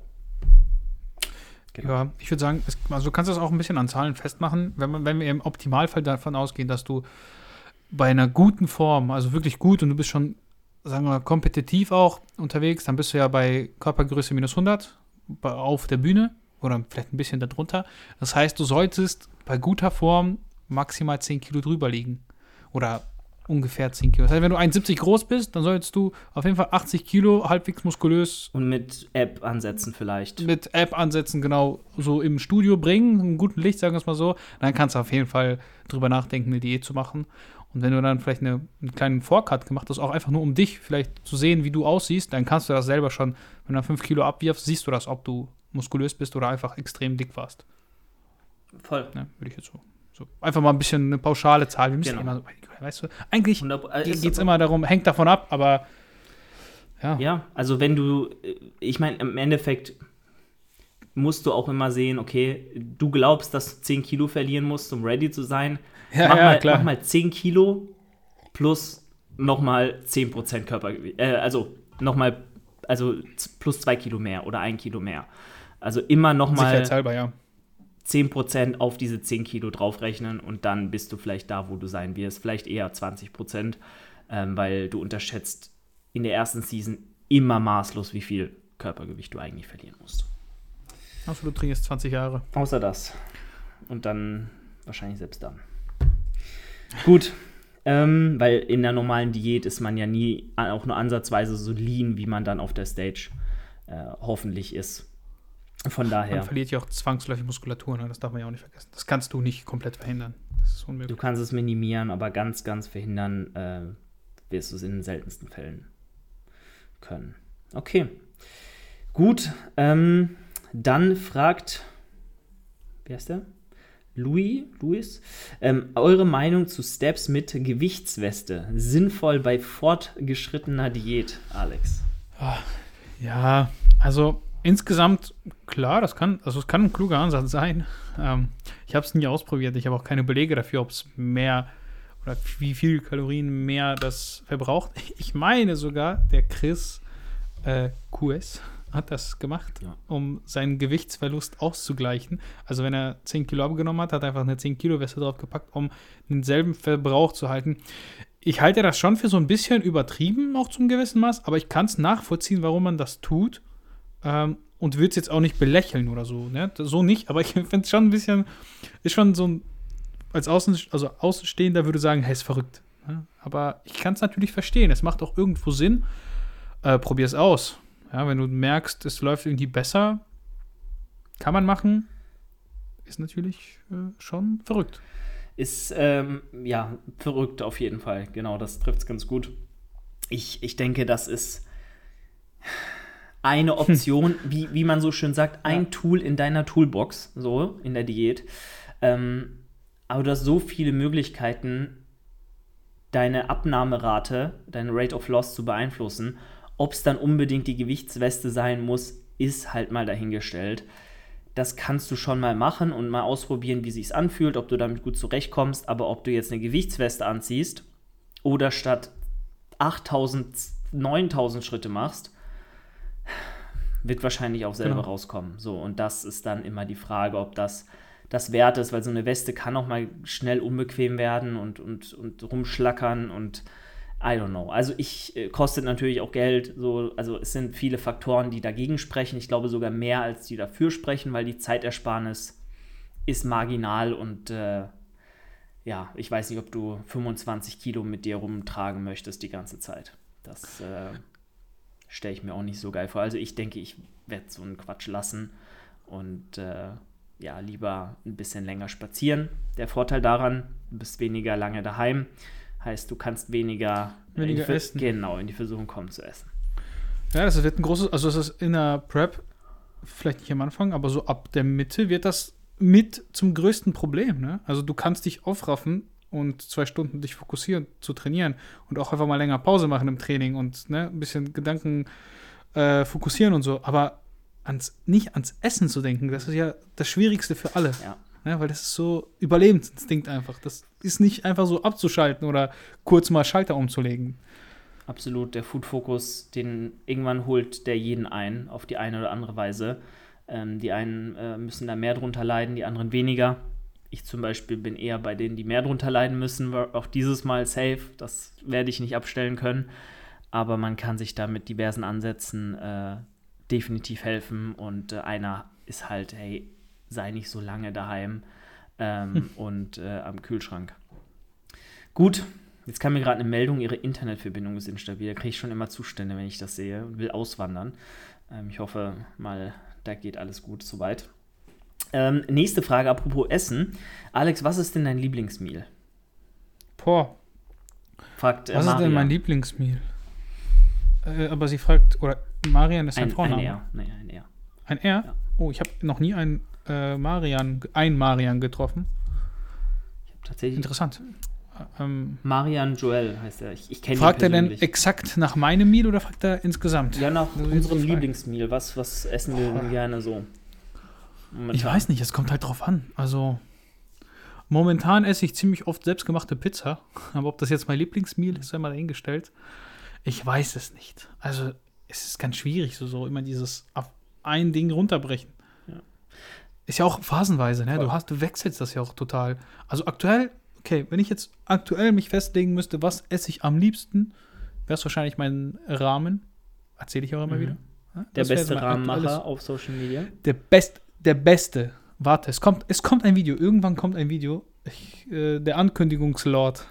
Genau. Ja, ich würde sagen, es, also du kannst das auch ein bisschen an Zahlen festmachen, wenn, man, wenn wir im Optimalfall davon ausgehen, dass du bei einer guten Form, also wirklich gut und du bist schon, sagen wir, kompetitiv auch unterwegs, dann bist du ja bei Körpergröße minus hundert bei, auf der Bühne oder vielleicht ein bisschen darunter. Das heißt, du solltest bei guter Form maximal zehn Kilo drüber liegen oder ungefähr zehn Kilo. Das heißt, wenn du eins Komma siebzig groß bist, dann solltest du auf jeden Fall achtzig Kilo halbwegs muskulös Und mit App ansetzen vielleicht. mit App ansetzen, genau, so im Studio bringen, im guten Licht, sagen wir es mal so, dann kannst du auf jeden Fall drüber nachdenken, eine Diät zu machen. Und wenn du dann vielleicht eine, einen kleinen Vorcut gemacht hast, auch einfach nur um dich vielleicht zu sehen, wie du aussiehst, dann kannst du das selber schon, wenn du dann fünf Kilo abwirfst, siehst du das, ob du muskulös bist oder einfach extrem dick warst. Voll. Ne, würde ich jetzt so, so. Einfach mal ein bisschen eine pauschale Zahl. Wir müssen Genau. immer so, weißt du, eigentlich hundert Prozent, äh, ist geht es aber- immer darum, hängt davon ab, aber ja. Ja, also wenn du, ich meine, im Endeffekt musst du auch immer sehen, okay, du glaubst, dass du zehn Kilo verlieren musst, um ready zu sein. Ja, mach, ja, mal, klar. mach mal zehn Kilo plus nochmal zehn Prozent Körpergewicht. Äh, also nochmal, also z- plus zwei Kilo mehr oder ein Kilo mehr. Also immer nochmal Sicherheitshalber, ja. zehn Prozent auf diese zehn Kilo draufrechnen und dann bist du vielleicht da, wo du sein wirst. Vielleicht eher zwanzig Prozent, ähm, weil du unterschätzt in der ersten Season immer maßlos, wie viel Körpergewicht du eigentlich verlieren musst. Also du trainierst zwanzig Jahre. Außer das. Und dann wahrscheinlich selbst dann. Gut. Ähm, weil in der normalen Diät ist man ja nie auch nur ansatzweise so lean, wie man dann auf der Stage äh, hoffentlich ist. Von daher. Man verliert ja auch zwangsläufig Muskulatur, ne? Das darf man ja auch nicht vergessen. Das kannst du nicht komplett verhindern. Das ist unmöglich. Du kannst es minimieren, aber ganz, ganz verhindern äh, wirst du es in den seltensten Fällen können. Okay. Gut. Ähm, dann fragt, wer ist der? Louis, Louis, ähm, eure Meinung zu Steps mit Gewichtsweste. Sinnvoll bei fortgeschrittener Diät, Alex? Ja, also insgesamt, klar, das kann, also es kann ein kluger Ansatz sein. Ähm, ich habe es nie ausprobiert. Ich habe auch keine Belege dafür, ob es mehr oder wie viel Kalorien mehr das verbraucht. Ich meine sogar, der Chris äh, Q S hat das gemacht, Ja. um seinen Gewichtsverlust auszugleichen. Also wenn er zehn Kilo abgenommen hat, hat er einfach eine zehn Kilo Weste draufgepackt, um denselben Verbrauch zu halten. Ich halte das schon für so ein bisschen übertrieben, auch zum gewissen Maß, aber ich kann es nachvollziehen, warum man das tut, ähm, und würde es jetzt auch nicht belächeln oder so, ne? So nicht, aber ich finde es schon ein bisschen, ist schon so ein, als Außen, also Außenstehender würde sagen, hey, ist verrückt. Ne? Aber ich kann es natürlich verstehen, es macht auch irgendwo Sinn. Äh, Probier es aus. Ja, wenn du merkst, es läuft irgendwie besser, kann man machen, ist natürlich äh, schon verrückt. Ist, ähm, ja, verrückt auf jeden Fall. Genau, das trifft es ganz gut. Ich, ich denke, das ist eine Option, wie, wie man so schön sagt, ein Ja. Tool in deiner Toolbox, so in der Diät. Ähm, aber du hast so viele Möglichkeiten, deine Abnahmerate, deine Rate of Loss zu beeinflussen. Ob es dann unbedingt die Gewichtsweste sein muss, ist halt mal dahingestellt. Das kannst du schon mal machen und mal ausprobieren, wie es sich anfühlt, ob du damit gut zurechtkommst. Aber ob du jetzt eine Gewichtsweste anziehst oder statt achttausend, neuntausend Schritte machst, wird wahrscheinlich auch selber Genau. rauskommen. So, und das ist dann immer die Frage, ob das das wert ist, weil so eine Weste kann auch mal schnell unbequem werden und, und, und rumschlackern und I don't know. Also ich äh, kostet natürlich auch Geld. So, also es sind viele Faktoren, die dagegen sprechen. Ich glaube sogar mehr, als die dafür sprechen, weil die Zeitersparnis ist marginal und äh, ja, ich weiß nicht, ob du fünfundzwanzig Kilo mit dir rumtragen möchtest die ganze Zeit. Das äh, stelle ich mir auch nicht so geil vor. Also ich denke, ich werde so einen Quatsch lassen und äh, ja, lieber ein bisschen länger spazieren. Der Vorteil daran, du bist weniger lange daheim. Heißt, du kannst weniger, Weniger in die, essen. Genau, in die Versuchung kommen zu essen. Ja, das wird ein großes, also es ist in der Prep, vielleicht nicht am Anfang, aber so ab der Mitte wird das mit zum größten Problem, ne? Also du kannst dich aufraffen und zwei Stunden dich fokussieren zu trainieren und auch einfach mal länger Pause machen im Training und ne, ein bisschen Gedanken äh, fokussieren und so, aber ans, nicht ans Essen zu denken, das ist ja das Schwierigste für alle. Ja. Ne, weil das ist so Überlebensinstinkt einfach. Das ist nicht einfach so abzuschalten oder kurz mal Schalter umzulegen. Absolut, der Food-Fokus, den irgendwann holt der jeden ein, auf die eine oder andere Weise. Ähm, die einen äh, müssen da mehr drunter leiden, die anderen weniger. Ich zum Beispiel bin eher bei denen, die mehr drunter leiden müssen, auch dieses Mal safe. Das werde ich nicht abstellen können. Aber man kann sich da mit diversen Ansätzen äh, definitiv helfen. Und äh, einer ist halt, hey, sei nicht so lange daheim ähm, hm. und äh, am Kühlschrank. Gut, jetzt kam mir gerade eine Meldung, ihre Internetverbindung ist instabil. Da kriege ich schon immer Zustände, wenn ich das sehe und will auswandern. Ähm, ich hoffe mal, da geht alles gut soweit. Ähm, nächste Frage, apropos Essen. Alex, was ist denn dein Lieblingsmeal? Boah. Fragt äh, Was Maria. ist denn mein Lieblingsmeal? Äh, aber sie fragt, oder Marian ist ein, ein Vorname. Ein R. Nee, ein R. Ein R? Ja. Oh, ich habe noch nie einen äh, Marian, ein Marian getroffen. Ich habe tatsächlich. Interessant. Ähm, Marian Joel heißt er. Ich, ich kenne ihn fragt er denn persönlich. exakt nach meinem Meal oder fragt er insgesamt? Ja, nach Das ist unserem die Frage. Lieblingsmeal. Was, was essen wir denn gerne so? Momentan. Ich weiß nicht, es kommt halt drauf an. Also, momentan esse ich ziemlich oft selbstgemachte Pizza. Aber ob das jetzt mein Lieblingsmeal ist, sei mal dahingestellt. Ich weiß es nicht. Also, es ist ganz schwierig, so, so immer dieses auf ein Ding runterbrechen. Ja. Ist ja auch phasenweise, ne? Voll. Du hast, du wechselst das ja auch total. Also aktuell, okay, wenn ich jetzt aktuell mich festlegen müsste, was esse ich am liebsten, wäre es wahrscheinlich mein Ramen. Erzähle ich auch immer Mhm. wieder. Ja, Der das wär beste mein Rahmenmacher aktuelles- auf Social Media. Der best, der Beste. Warte, es kommt, es kommt ein Video. Irgendwann kommt ein Video. Ich, äh, der Ankündigungslord.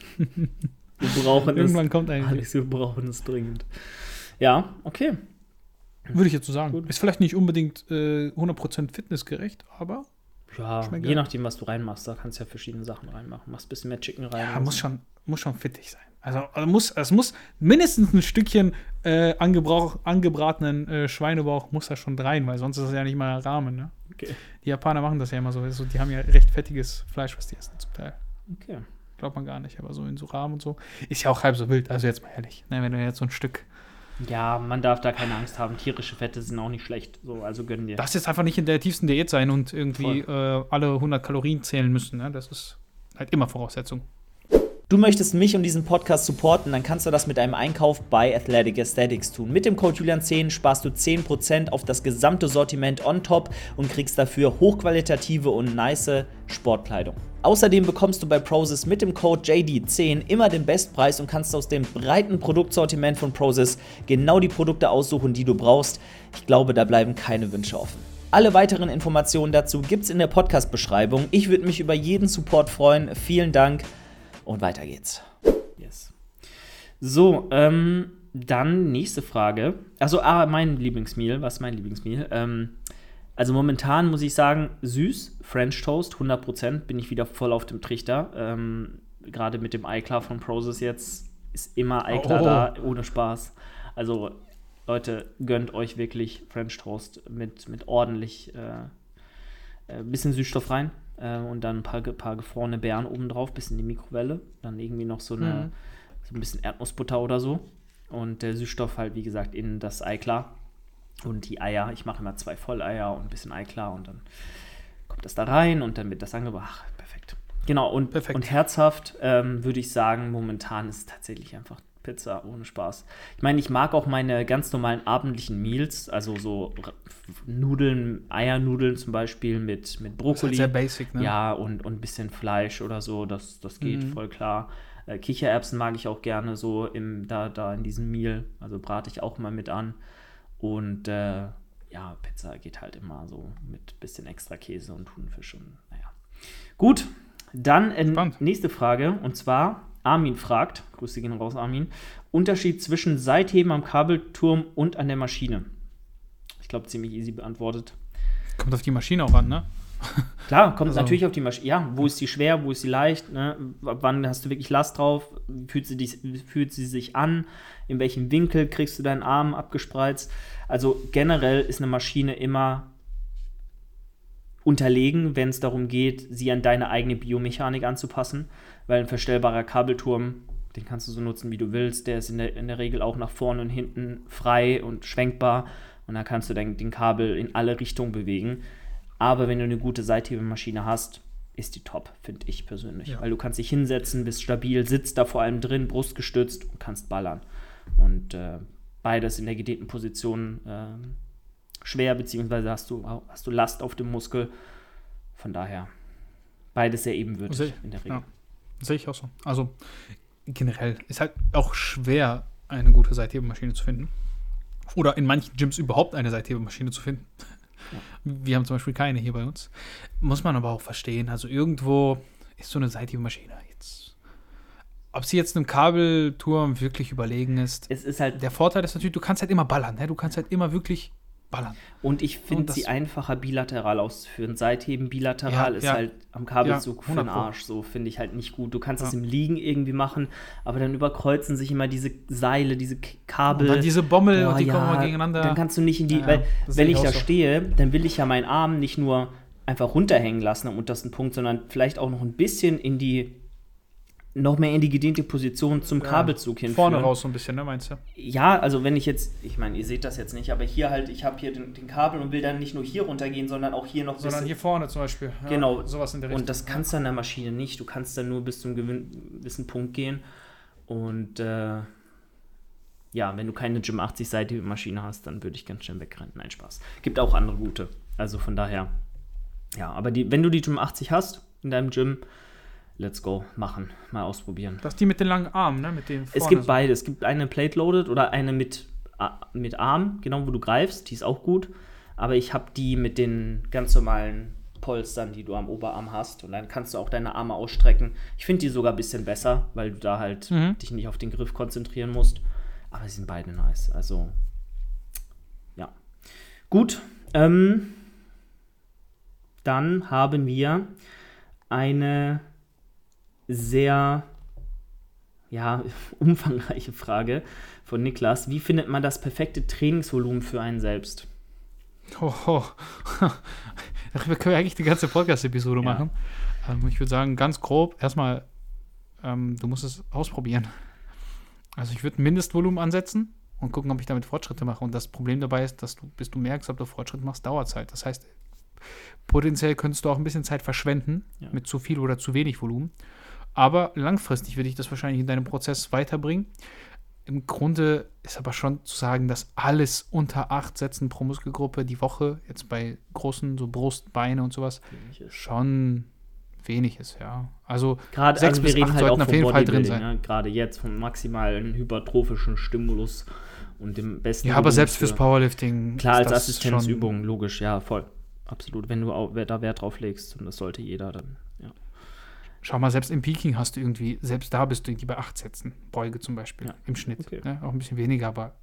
Wir brauchen Irgendwann es. kommt ein Video. Alex, wir brauchen es dringend. Ja, okay. Würde ich jetzt so sagen. Gut. Ist vielleicht nicht unbedingt äh, hundert Prozent fitnessgerecht, aber Ja, Schmeckt je geil. nachdem, was du reinmachst. Da kannst du ja verschiedene Sachen reinmachen. Machst ein bisschen mehr Chicken rein. ja, oder muss so. schon, muss schon fittig sein. Also, also muss, es muss mindestens ein Stückchen äh, angebrauch, angebratenen äh, Schweinebauch muss da schon rein, weil sonst ist es ja nicht mal Rahmen. Ne? Okay. Die Japaner machen das ja immer so. Also, die haben ja recht fettiges Fleisch, was die essen zum Teil. Okay. Glaubt man gar nicht, aber so in so Rahmen und so. Ist ja auch halb so wild, also jetzt mal ehrlich. Ne, wenn du jetzt so ein Stück. Ja, man darf da keine Angst haben. Tierische Fette sind auch nicht schlecht. So, also gönn dir. Das ist einfach nicht in der tiefsten Diät sein und irgendwie äh, alle hundert Kalorien zählen müssen. Ne? Das ist halt immer Voraussetzung. Du möchtest mich und diesen Podcast supporten, dann kannst du das mit einem Einkauf bei Athletic Aesthetics tun. Mit dem Code Julian zehn sparst du zehn Prozent auf das gesamte Sortiment on top und kriegst dafür hochqualitative und nice Sportkleidung. Außerdem bekommst du bei Prozis mit dem Code J D zehn immer den Bestpreis und kannst aus dem breiten Produktsortiment von Prozis genau die Produkte aussuchen, die du brauchst. Ich glaube, da bleiben keine Wünsche offen. Alle weiteren Informationen dazu gibt's in der Podcast-Beschreibung. Ich würde mich über jeden Support freuen. Vielen Dank und weiter geht's. Yes. So, ähm, dann nächste Frage. Also, ah, mein Lieblingsmeal. Was ist mein Lieblingsmeal? Ähm, also momentan muss ich sagen, süß, French Toast, hundert Prozent, bin ich wieder voll auf dem Trichter. Ähm, Gerade mit dem iClar von Prozis jetzt ist immer iClar Oh. da, ohne Spaß. Also, Leute, gönnt euch wirklich French Toast mit, mit ordentlich äh, äh, bisschen Süßstoff rein. Äh, und dann ein paar, paar gefrorene Beeren oben drauf, bis in die Mikrowelle. Dann irgendwie noch so, eine, Mhm. so ein bisschen Erdnussbutter oder so. Und der Süßstoff halt, wie gesagt, in das Eiklar. Und die Eier, ich mache immer zwei Volleier und ein bisschen Eiklar und dann kommt das da rein und dann wird das angebracht. Ach, perfekt. Genau, und, Perfekt. und herzhaft ähm, würde ich sagen, momentan ist es tatsächlich einfach Pizza ohne Spaß. Ich meine, ich mag auch meine ganz normalen abendlichen Meals, also so R- Nudeln, Eiernudeln zum Beispiel mit, mit Das ist Brokkoli. halt sehr basic, ne? Ja, und, und ein bisschen Fleisch oder so, das, das geht Mhm. voll klar. Äh, Kichererbsen mag ich auch gerne so im, da, da in diesem Meal, also brate ich auch mal mit an. Und äh, ja, Pizza geht halt immer so mit bisschen extra Käse und Thunfisch und naja. Gut, dann äh, Spannend. nächste Frage und zwar Armin fragt, Grüße gehen raus Armin, Unterschied zwischen Seitheben am Kabelturm und an der Maschine. Ich glaube, ziemlich easy beantwortet. Kommt auf die Maschine auch an, ne? Klar, kommt Also- natürlich auf die Maschine. Ja, wo ist sie schwer, wo ist sie leicht? Ne? Ab wann hast du wirklich Last drauf? Wie fühlt sie, dich, wie fühlt sie sich an? In welchem Winkel kriegst du deinen Arm abgespreizt? Also generell ist eine Maschine immer unterlegen, wenn es darum geht, sie an deine eigene Biomechanik anzupassen. Weil ein verstellbarer Kabelturm, den kannst du so nutzen, wie du willst. Der ist in der, in der Regel auch nach vorne und hinten frei und schwenkbar. Und da kannst du dann den Kabel in alle Richtungen bewegen. Aber wenn du eine gute Seithebemaschine hast, ist die top, finde ich persönlich. Ja. Weil du kannst dich hinsetzen, bist stabil, sitzt da vor allem drin, brustgestützt und kannst ballern. Und äh, beides in der gedehnten Position äh, schwer, beziehungsweise hast du, hast du Last auf dem Muskel. Von daher beides sehr ebenwürdig Sehr- in der Regel. ja. Sehe ich auch so. Also generell ist halt auch schwer, eine gute Seithebemaschine zu finden. Oder in manchen Gyms überhaupt eine Seithebemaschine zu finden. Ja. Wir haben zum Beispiel keine hier bei uns. Muss man aber auch verstehen. Also irgendwo ist so eine Seithebemaschine jetzt. Ob sie jetzt einem Kabelturm wirklich überlegen ist. Es ist halt Der Vorteil ist natürlich, du kannst halt immer ballern. Ne? Du kannst halt immer wirklich ballern. Und ich Und finde das- sie einfacher bilateral auszuführen. Seitheben bilateral Ja, ist ja. halt am Kabelzug Ja, für den hundert Pro. Arsch. So finde ich halt nicht gut. Du kannst es Ja. im Liegen irgendwie machen, aber dann überkreuzen sich immer diese Seile, diese K- Kabel. Und dann diese Bommel Boah, und die ja, kommen mal gegeneinander. Dann kannst du nicht in die, Ja, weil das wenn sehe ich ich da auch so. stehe, dann will ich ja meinen Arm nicht nur einfach runterhängen lassen am untersten Punkt, sondern vielleicht auch noch ein bisschen in die, noch mehr in die gedehnte Position zum Ja, Kabelzug hinführen. Vorne raus so ein bisschen, ne, meinst du? Ja, also wenn ich jetzt, ich meine, ihr seht das jetzt nicht, aber hier halt, ich habe hier den, den Kabel und will dann nicht nur hier runtergehen, sondern auch hier noch ein Sondern bisschen. hier vorne zum Beispiel. Ja, Genau. Sowas in der Richtung. Und das kannst du an der Maschine nicht. Du kannst dann nur bis zum gewin- gewissen Punkt gehen. Und äh, ja, wenn du keine Gym achtzig-seitige Maschine hast, dann würde ich ganz schnell wegrennen. Nein, Spaß. Gibt auch andere gute. Also von daher, ja, aber die, wenn du die Gym achtzig hast in deinem Gym, let's go, machen, mal ausprobieren. Das ist die mit den langen Armen, ne? Mit den Es vorne gibt so. beide. Es gibt eine Plate-Loaded oder eine mit, A- mit Arm, genau, wo du greifst. Die ist auch gut. aber ich habe die mit den ganz normalen Polstern, die du am Oberarm hast. Und dann kannst du auch deine Arme ausstrecken. Ich finde die sogar ein bisschen besser, weil du da halt Mhm. dich nicht auf den Griff konzentrieren musst. Aber sie sind beide nice. Also, ja. Gut. Ähm, dann haben wir eine sehr ja, umfangreiche Frage von Niklas. Wie findet man das perfekte Trainingsvolumen für einen selbst? Oh, oh. Darüber können wir eigentlich die ganze Podcast-Episode Ja. machen. Ähm, ich würde sagen, ganz grob, erstmal, ähm, du musst es ausprobieren. Also ich würde ein Mindestvolumen ansetzen und gucken, ob ich damit Fortschritte mache. Und das Problem dabei ist, dass du, bis du merkst, ob du Fortschritt machst, dauert Zeit. Das heißt, potenziell könntest du auch ein bisschen Zeit verschwenden Ja. mit zu viel oder zu wenig Volumen. Aber langfristig würde ich das wahrscheinlich in deinem Prozess weiterbringen. Im Grunde ist aber schon zu sagen, dass alles unter acht Sätzen pro Muskelgruppe die Woche, jetzt bei großen, so Brust, Beine und sowas, schon wenig ist, ja. Also Gerade sechs also bis wir reden acht halt sollten auch auf vom jeden Fall drin Bodybuilding, sein. ne? Gerade jetzt vom maximalen hypertrophischen Stimulus und dem besten. Ja, aber Volumen selbst für- fürs Powerlifting Klar, ist als das Assistenzübung, schon- logisch, ja, voll. Absolut. Wenn du auch, da Wert drauf legst, und das sollte jeder dann, ja. Schau mal, selbst im Peaking hast du irgendwie, selbst da bist du irgendwie bei acht Sätzen, Beuge zum Beispiel, Ja. im Schnitt. Okay. Ne? Auch ein bisschen weniger, aber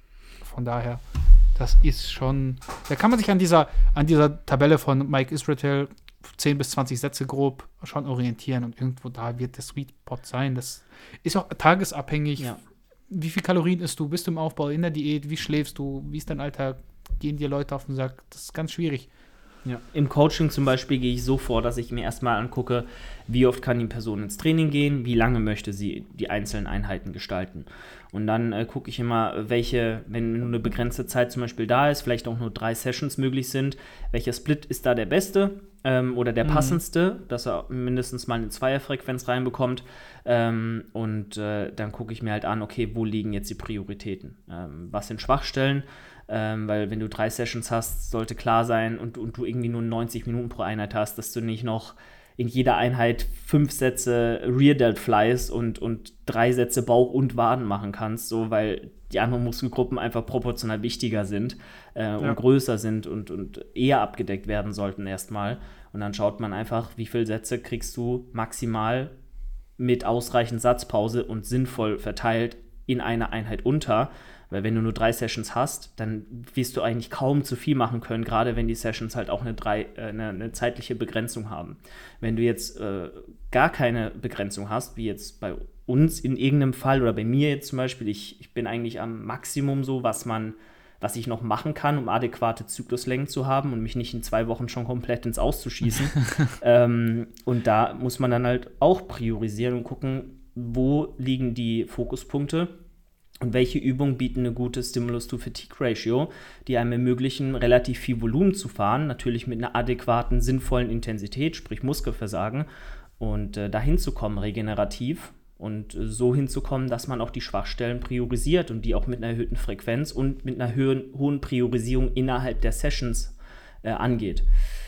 von daher, das ist schon, da kann man sich an dieser, an dieser Tabelle von Mike Israetel, zehn bis zwanzig Sätze grob, schon orientieren und irgendwo da wird der Sweet Spot sein. Das ist auch tagesabhängig. Ja. Wie viel Kalorien isst du? Bist du im Aufbau, in der Diät? Wie schläfst du? Wie ist dein Alltag? Gehen dir Leute auf den Sack? Das ist ganz schwierig. Ja. Im Coaching zum Beispiel gehe ich so vor, dass ich mir erstmal angucke, wie oft kann die Person ins Training gehen, wie lange möchte sie die einzelnen Einheiten gestalten. Und dann äh, gucke ich immer, welche, wenn nur eine begrenzte Zeit zum Beispiel da ist, vielleicht auch nur drei Sessions möglich sind, welcher Split ist da der beste ähm, oder der Mhm. passendste, dass er mindestens mal eine Zweierfrequenz reinbekommt. Ähm, und äh, dann gucke ich mir halt an, okay, wo liegen jetzt die Prioritäten? Ähm, was sind Schwachstellen? Ähm, weil wenn du drei Sessions hast, sollte klar sein und, und du irgendwie nur neunzig Minuten pro Einheit hast, dass du nicht noch in jeder Einheit fünf Sätze Rear Delt Flies und, und drei Sätze Bauch und Waden machen kannst, so, weil die anderen Muskelgruppen einfach proportional wichtiger sind äh, Ja. und größer sind und, und eher abgedeckt werden sollten erstmal. Und dann schaut man einfach, wie viele Sätze kriegst du maximal mit ausreichend Satzpause und sinnvoll verteilt in einer Einheit unter. Weil wenn du nur drei Sessions hast, dann wirst du eigentlich kaum zu viel machen können, gerade wenn die Sessions halt auch eine, drei, äh, eine, eine zeitliche Begrenzung haben. Wenn du jetzt äh, gar keine Begrenzung hast, wie jetzt bei uns in irgendeinem Fall oder bei mir jetzt zum Beispiel, ich, ich bin eigentlich am Maximum so, was man, was ich noch machen kann, um adäquate Zykluslängen zu haben und mich nicht in zwei Wochen schon komplett ins Auszuschießen. ähm, und da muss man dann halt auch priorisieren und gucken, wo liegen die Fokuspunkte. Und welche Übungen bieten eine gute Stimulus-to-Fatigue-Ratio, die einem ermöglichen, relativ viel Volumen zu fahren, natürlich mit einer adäquaten, sinnvollen Intensität, sprich Muskelversagen, und äh, dahin zu kommen, regenerativ und äh, so hinzukommen, dass man auch die Schwachstellen priorisiert und die auch mit einer erhöhten Frequenz und mit einer höhen, hohen Priorisierung innerhalb der Sessions äh, angeht.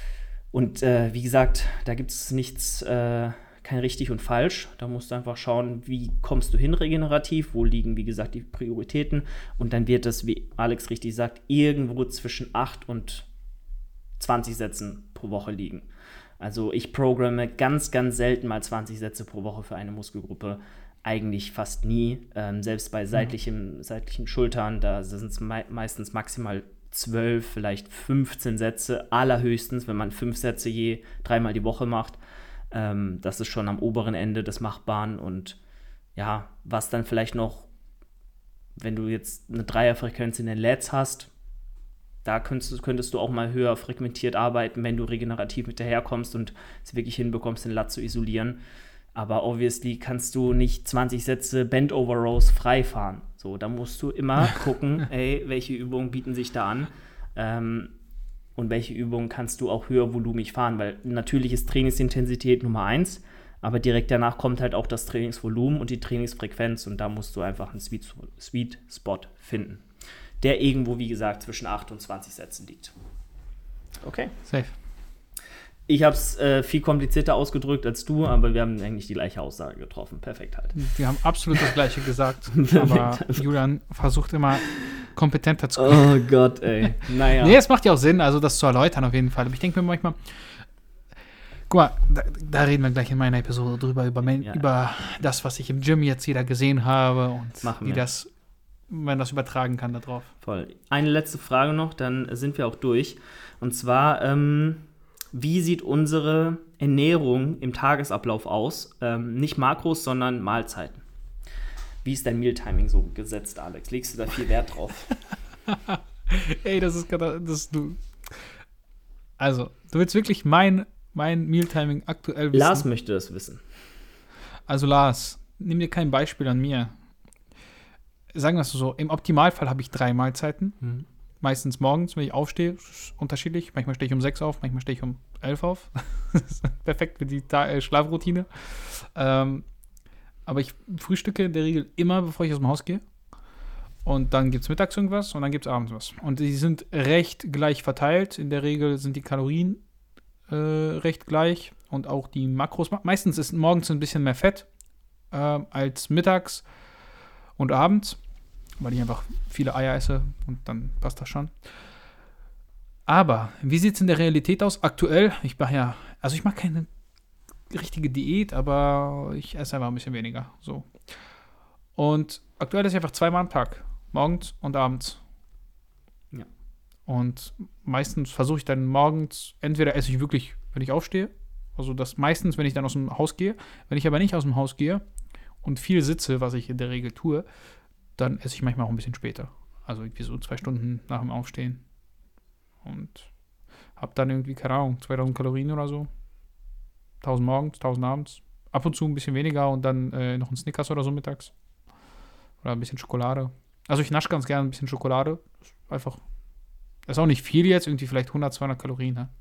Und äh, wie gesagt, da gibt es nichts, äh, kein richtig und falsch. Da musst du einfach schauen, wie kommst du hin regenerativ, wo liegen, wie gesagt, die Prioritäten. Und dann wird das, wie Alex richtig sagt, irgendwo zwischen acht und zwanzig Sätzen pro Woche liegen. Also ich programme ganz, ganz selten mal zwanzig Sätze pro Woche für eine Muskelgruppe. Eigentlich fast nie. Ähm, selbst bei seitlichen, mhm. seitlichen Schultern, da sind es me- meistens maximal zwölf, vielleicht fünfzehn Sätze, allerhöchstens, wenn man fünf Sätze je dreimal die Woche macht. Ähm, das ist schon am oberen Ende des Machbaren. Und ja, was dann vielleicht noch, wenn du jetzt eine Dreierfrequenz in den Lats hast, da könntest, könntest du auch mal höher frequentiert arbeiten, wenn du regenerativ mit daherkommst und es wirklich hinbekommst, den Lat zu isolieren. Aber obviously kannst du nicht zwanzig Sätze Bend Over Rows frei fahren. So, da musst du immer gucken, ey, welche Übungen bieten sich da an ähm, und welche Übungen kannst du auch höher volumig fahren, weil natürlich ist Trainingsintensität Nummer eins, aber direkt danach kommt halt auch das Trainingsvolumen und die Trainingsfrequenz und da musst du einfach einen Sweet, Sweet Spot finden, der irgendwo, wie gesagt, zwischen acht und zwanzig Sätzen liegt. Okay. Safe. Ich habe es äh, viel komplizierter ausgedrückt als du, aber wir haben eigentlich die gleiche Aussage getroffen. Perfekt halt. Wir haben absolut das Gleiche gesagt, aber Julian versucht immer kompetenter zu Oh Gott, ey. Naja. Nee, es macht ja auch Sinn, also das zu erläutern auf jeden Fall. Aber ich denke mir manchmal, guck mal, da, da reden wir gleich in meiner Episode drüber, über, mein, Ja. über das, was ich im Gym jetzt wieder gesehen habe und Machen wie wir. das, man das übertragen kann da drauf. Voll. Eine letzte Frage noch, dann sind wir auch durch. Und zwar, ähm, wie sieht unsere Ernährung im Tagesablauf aus? Ähm, nicht Makros, sondern Mahlzeiten. Wie ist dein Mealtiming so gesetzt, Alex? Legst du da viel Wert drauf? Ey, das ist gerade, das du. Also, du willst wirklich mein, mein Mealtiming aktuell wissen? Lars möchte das wissen. Also Lars, nimm dir kein Beispiel an mir. Sagen wir es so, im Optimalfall habe ich drei Mahlzeiten. Mhm. Meistens morgens, wenn ich aufstehe, ist unterschiedlich. Manchmal stehe ich um sechs auf, manchmal stehe ich um elf auf. Das ist perfekt für die Ta- äh, Schlafroutine. Ähm, aber ich frühstücke in der Regel immer, bevor ich aus dem Haus gehe. Und dann gibt es mittags irgendwas und dann gibt es abends was. Und die sind recht gleich verteilt. In der Regel sind die Kalorien äh, recht gleich und auch die Makros. Meistens ist morgens ein bisschen mehr Fett äh, als mittags und abends, weil ich einfach viele Eier esse und dann passt das schon. Aber wie sieht es in der Realität aus? Aktuell, ich mache ja, also ich mache keine richtige Diät, aber ich esse einfach ein bisschen weniger. So. Und aktuell esse ich einfach zweimal am Tag. Morgens und abends. Ja. Und meistens versuche ich dann morgens, entweder esse ich wirklich, wenn ich aufstehe, also das meistens, wenn ich dann aus dem Haus gehe. Wenn ich aber nicht aus dem Haus gehe und viel sitze, was ich in der Regel tue, dann esse ich manchmal auch ein bisschen später. Also irgendwie so zwei Stunden nach dem Aufstehen. Und habe dann irgendwie, keine Ahnung, zweitausend Kalorien oder so. tausend morgens, tausend abends. Ab und zu ein bisschen weniger und dann äh, noch ein Snickers oder so mittags. Oder ein bisschen Schokolade. Also ich nasche ganz gerne ein bisschen Schokolade. Ist einfach, ist auch nicht viel jetzt, irgendwie vielleicht hundert, zweihundert Kalorien. Ne?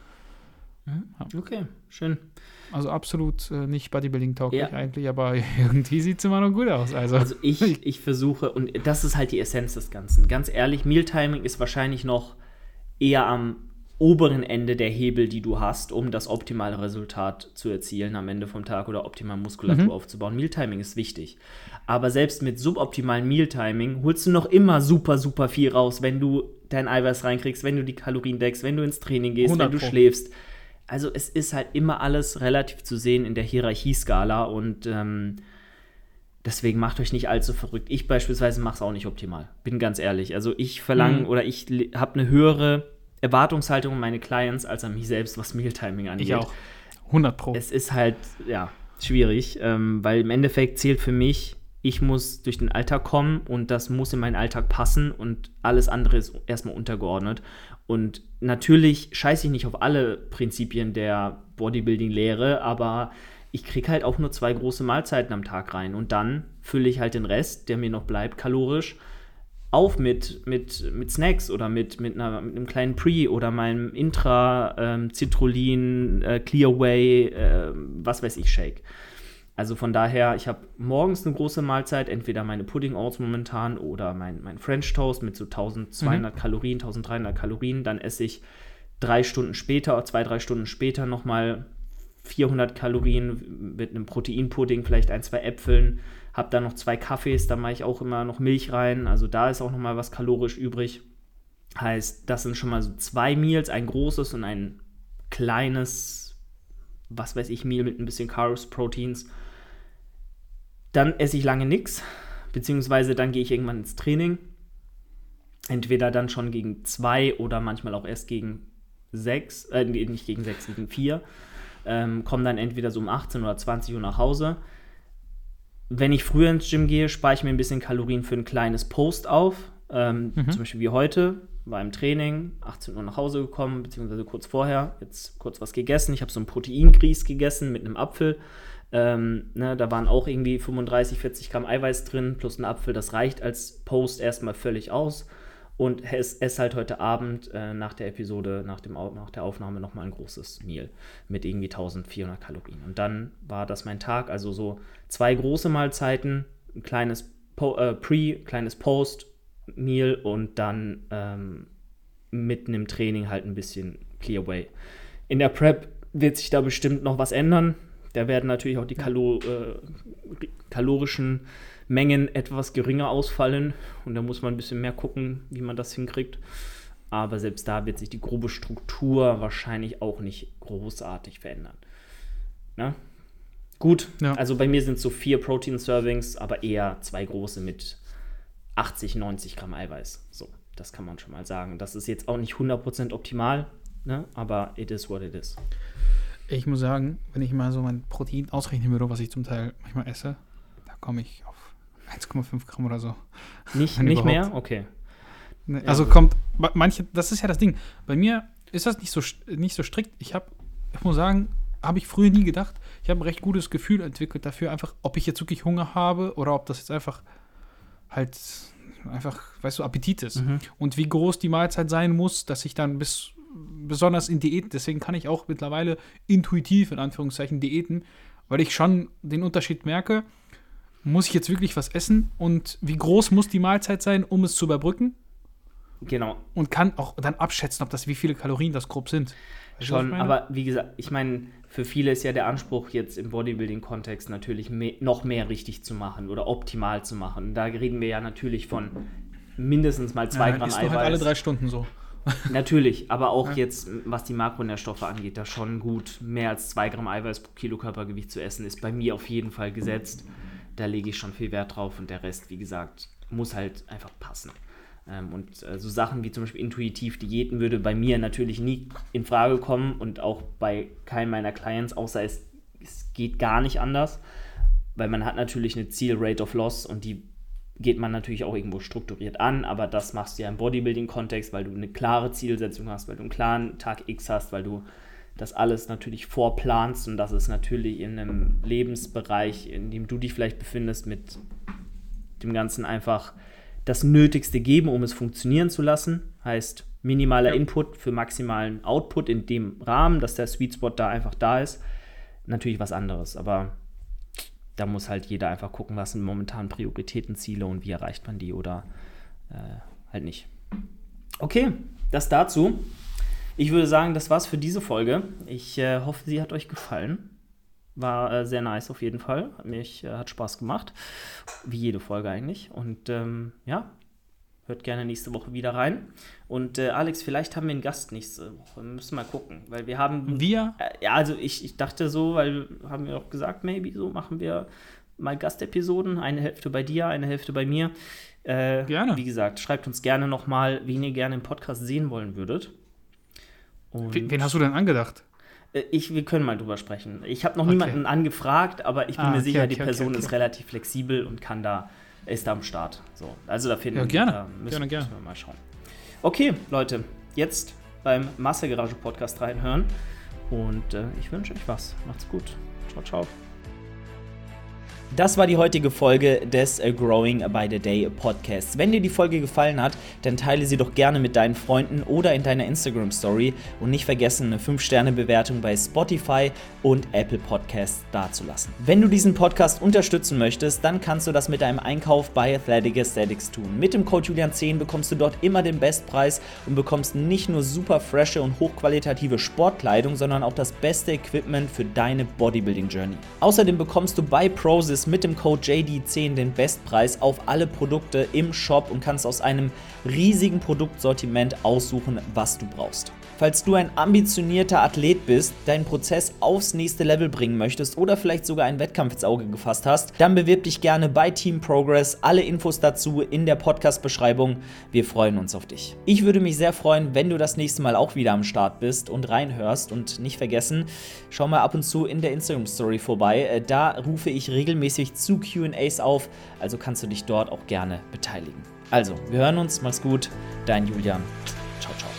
Ja. Okay, schön. Also absolut äh, nicht Bodybuilding-tauglich Ja. eigentlich, aber irgendwie sieht es immer noch gut aus. Also, Also ich, ich versuche, und das ist halt die Essenz des Ganzen. Ganz ehrlich, Mealtiming ist wahrscheinlich noch eher am oberen Ende der Hebel, die du hast, um das optimale Resultat zu erzielen am Ende vom Tag oder optimal Muskulatur Mhm. aufzubauen. Mealtiming ist wichtig. Aber selbst mit suboptimalem Mealtiming holst du noch immer super, super viel raus, wenn du dein Eiweiß reinkriegst, wenn du die Kalorien deckst, wenn du ins Training gehst, wenn hundert du Pro. schläfst. Also es ist halt immer alles relativ zu sehen in der Hierarchieskala und ähm, deswegen macht euch nicht allzu verrückt. Ich beispielsweise mache es auch nicht optimal, bin ganz ehrlich. Also ich verlange Mhm. oder ich habe eine höhere Erwartungshaltung an meine Clients als an mich selbst, was Mealtiming angeht. ich auch. hundert Pro. Es ist halt, ja, schwierig, ähm, weil im Endeffekt zählt für mich, ich muss durch den Alltag kommen und das muss in meinen Alltag passen und alles andere ist erstmal untergeordnet. Und natürlich scheiße ich nicht auf alle Prinzipien der Bodybuilding-Lehre, aber ich kriege halt auch nur zwei große Mahlzeiten am Tag rein und dann fülle ich halt den Rest, der mir noch bleibt, kalorisch, auf mit, mit, mit Snacks oder mit, mit, einer, mit einem kleinen Pre oder meinem Intra, ähm, Citrullin, äh, Clearway, äh, was weiß ich, Shake. Also von daher, ich habe morgens eine große Mahlzeit, entweder meine Pudding Oats momentan oder mein, mein French Toast mit so eintausendzweihundert Mhm. Kalorien, eintausenddreihundert Kalorien. Dann esse ich drei Stunden später, zwei, drei Stunden später nochmal vierhundert Kalorien mit einem Proteinpudding, vielleicht ein, zwei Äpfeln. Habe dann noch zwei Kaffees, da mache ich auch immer noch Milch rein. Also da ist auch nochmal was kalorisch übrig. Heißt, das sind schon mal so zwei Meals, ein großes und ein kleines, was weiß ich, Meal mit ein bisschen Carbs, Proteins. Dann esse ich lange nichts, beziehungsweise dann gehe ich irgendwann ins Training. Entweder dann schon gegen zwei oder manchmal auch erst gegen sechs, äh, nicht gegen sechs, gegen vier. Ähm, komme dann entweder so um achtzehn oder zwanzig Uhr nach Hause. Wenn ich früher ins Gym gehe, spare ich mir ein bisschen Kalorien für ein kleines Post auf. Ähm, Mhm. Zum Beispiel wie heute, war im Training, achtzehn Uhr nach Hause gekommen, beziehungsweise kurz vorher, jetzt kurz was gegessen. Ich habe so einen Proteingrieß gegessen mit einem Apfel. Ähm, ne, da waren auch irgendwie fünfunddreißig, vierzig Gramm Eiweiß drin, plus ein Apfel. Das reicht als Post erstmal völlig aus. Und esse ess halt heute Abend äh, nach der Episode, nach, dem, nach der Aufnahme nochmal ein großes Meal mit irgendwie eintausendvierhundert Kalorien. Und dann war das mein Tag, also so zwei große Mahlzeiten, ein kleines po äh, Pre, kleines Post-Meal und dann ähm, mitten im Training halt ein bisschen Clearway. In der Prep wird sich da bestimmt noch was ändern. Da werden natürlich auch die Kalo äh, kalorischen Mengen etwas geringer ausfallen. Und da muss man ein bisschen mehr gucken, wie man das hinkriegt. Aber selbst da wird sich die grobe Struktur wahrscheinlich auch nicht großartig verändern. Ne? Gut, ja. Also bei mir sind es so vier Protein-Servings, aber eher zwei große mit achtzig, neunzig Gramm Eiweiß. So, das kann man schon mal sagen. Das ist jetzt auch nicht hundert Prozent optimal, ne? Aber it is what it is. Ich muss sagen, wenn ich mal so mein Protein ausrechnen würde, was ich zum Teil manchmal esse, da komme ich auf eins Komma fünf Gramm oder so. Nicht, nicht mehr? Okay. Also kommt, manche, das ist ja das Ding. Bei mir ist das nicht so, nicht so strikt. Ich habe, ich muss sagen, habe ich früher nie gedacht. Ich habe ein recht gutes Gefühl entwickelt dafür, einfach, ob ich jetzt wirklich Hunger habe oder ob das jetzt einfach halt, einfach, weißt du, Appetit ist. Mhm. Und wie groß die Mahlzeit sein muss, dass ich dann bis, besonders in Diäten, deswegen kann ich auch mittlerweile intuitiv, in Anführungszeichen, Diäten, weil ich schon den Unterschied merke, muss ich jetzt wirklich was essen und wie groß muss die Mahlzeit sein, um es zu überbrücken? Genau. Und kann auch dann abschätzen, ob das, wie viele Kalorien das grob sind. Weißt Schon, aber wie gesagt, ich meine, für viele ist ja der Anspruch jetzt im Bodybuilding-Kontext natürlich me- noch mehr richtig zu machen oder optimal zu machen. Da reden wir ja natürlich von mindestens mal zwei ja, Gramm ist Eiweiß. Doch halt alle drei Stunden so. Natürlich, aber auch ja. jetzt, was die Makronährstoffe angeht, da schon gut mehr als zwei Gramm Eiweiß pro Kilo Körpergewicht zu essen, ist bei mir auf jeden Fall gesetzt. Da lege ich schon viel Wert drauf und der Rest, wie gesagt, muss halt einfach passen. Ähm, und äh, so Sachen wie zum Beispiel intuitiv Diäten würde bei mir natürlich nie in Frage kommen und auch bei keinem meiner Clients, außer es, es geht gar nicht anders, weil man hat natürlich eine Ziel-Rate of Loss und die geht man natürlich auch irgendwo strukturiert an, aber das machst du ja im Bodybuilding-Kontext, weil du eine klare Zielsetzung hast, weil du einen klaren Tag X hast, weil du das alles natürlich vorplanst und das ist natürlich in einem Lebensbereich, in dem du dich vielleicht befindest, mit dem Ganzen einfach das Nötigste geben, um es funktionieren zu lassen. Heißt, minimaler ja. Input für maximalen Output in dem Rahmen, dass der Sweet Spot da einfach da ist. Natürlich was anderes, aber da muss halt jeder einfach gucken, was sind momentan Prioritätenziele und wie erreicht man die oder äh, halt nicht. Okay, das dazu. Ich würde sagen, das war's für diese Folge. Ich äh, hoffe, sie hat euch gefallen. War äh, sehr nice auf jeden Fall. Hat mich, äh, hat Spaß gemacht. Wie jede Folge eigentlich. Und ähm, ja, hört gerne nächste Woche wieder rein. Und äh, Alex, vielleicht haben wir einen Gast nächste Woche. Wir müssen mal gucken. Weil wir haben... Wir? Äh, ja, also ich, ich dachte so, weil haben wir auch gesagt, maybe so machen wir mal Gastepisoden. Eine Hälfte bei dir, eine Hälfte bei mir. Äh, gerne. Wie gesagt, schreibt uns gerne nochmal, wen ihr gerne im Podcast sehen wollen würdet. Und wen hast du denn angedacht? Ich, wir können mal drüber sprechen. Ich habe noch okay. niemanden angefragt, aber ich bin ah, mir okay, sicher, okay, die Person okay, okay. ist relativ flexibel und kann da, ist da am Start. So, also da finden ja, gerne. Da müssen, gerne, gerne. müssen wir mal schauen. Okay, Leute, jetzt beim Master Garage Podcast reinhören und äh, ich wünsche euch was. Macht's gut. Ciao, ciao. Das war die heutige Folge des Growing by the Day Podcasts. Wenn dir die Folge gefallen hat, dann teile sie doch gerne mit deinen Freunden oder in deiner Instagram-Story und nicht vergessen, eine fünf Sterne Bewertung bei Spotify und Apple Podcasts dazulassen. Wenn du diesen Podcast unterstützen möchtest, dann kannst du das mit deinem Einkauf bei Athletic Aesthetics tun. Mit dem Code Julian zehn bekommst du dort immer den Bestpreis und bekommst nicht nur super frische und hochqualitative Sportkleidung, sondern auch das beste Equipment für deine Bodybuilding-Journey. Außerdem bekommst du bei Prozis mit dem Code J D zehn den Bestpreis auf alle Produkte im Shop und kannst aus einem riesigen Produktsortiment aussuchen, was du brauchst. Falls du ein ambitionierter Athlet bist, deinen Prozess aufs nächste Level bringen möchtest oder vielleicht sogar einen Wettkampf ins Auge gefasst hast, dann bewirb dich gerne bei Team Progress. Alle Infos dazu in der Podcast-Beschreibung. Wir freuen uns auf dich. Ich würde mich sehr freuen, wenn du das nächste Mal auch wieder am Start bist und reinhörst. Und nicht vergessen, schau mal ab und zu in der Instagram-Story vorbei. Da rufe ich regelmäßig zu Q and A's auf, also kannst du dich dort auch gerne beteiligen. Also, wir hören uns. Mach's gut. Dein Julian. Ciao, ciao.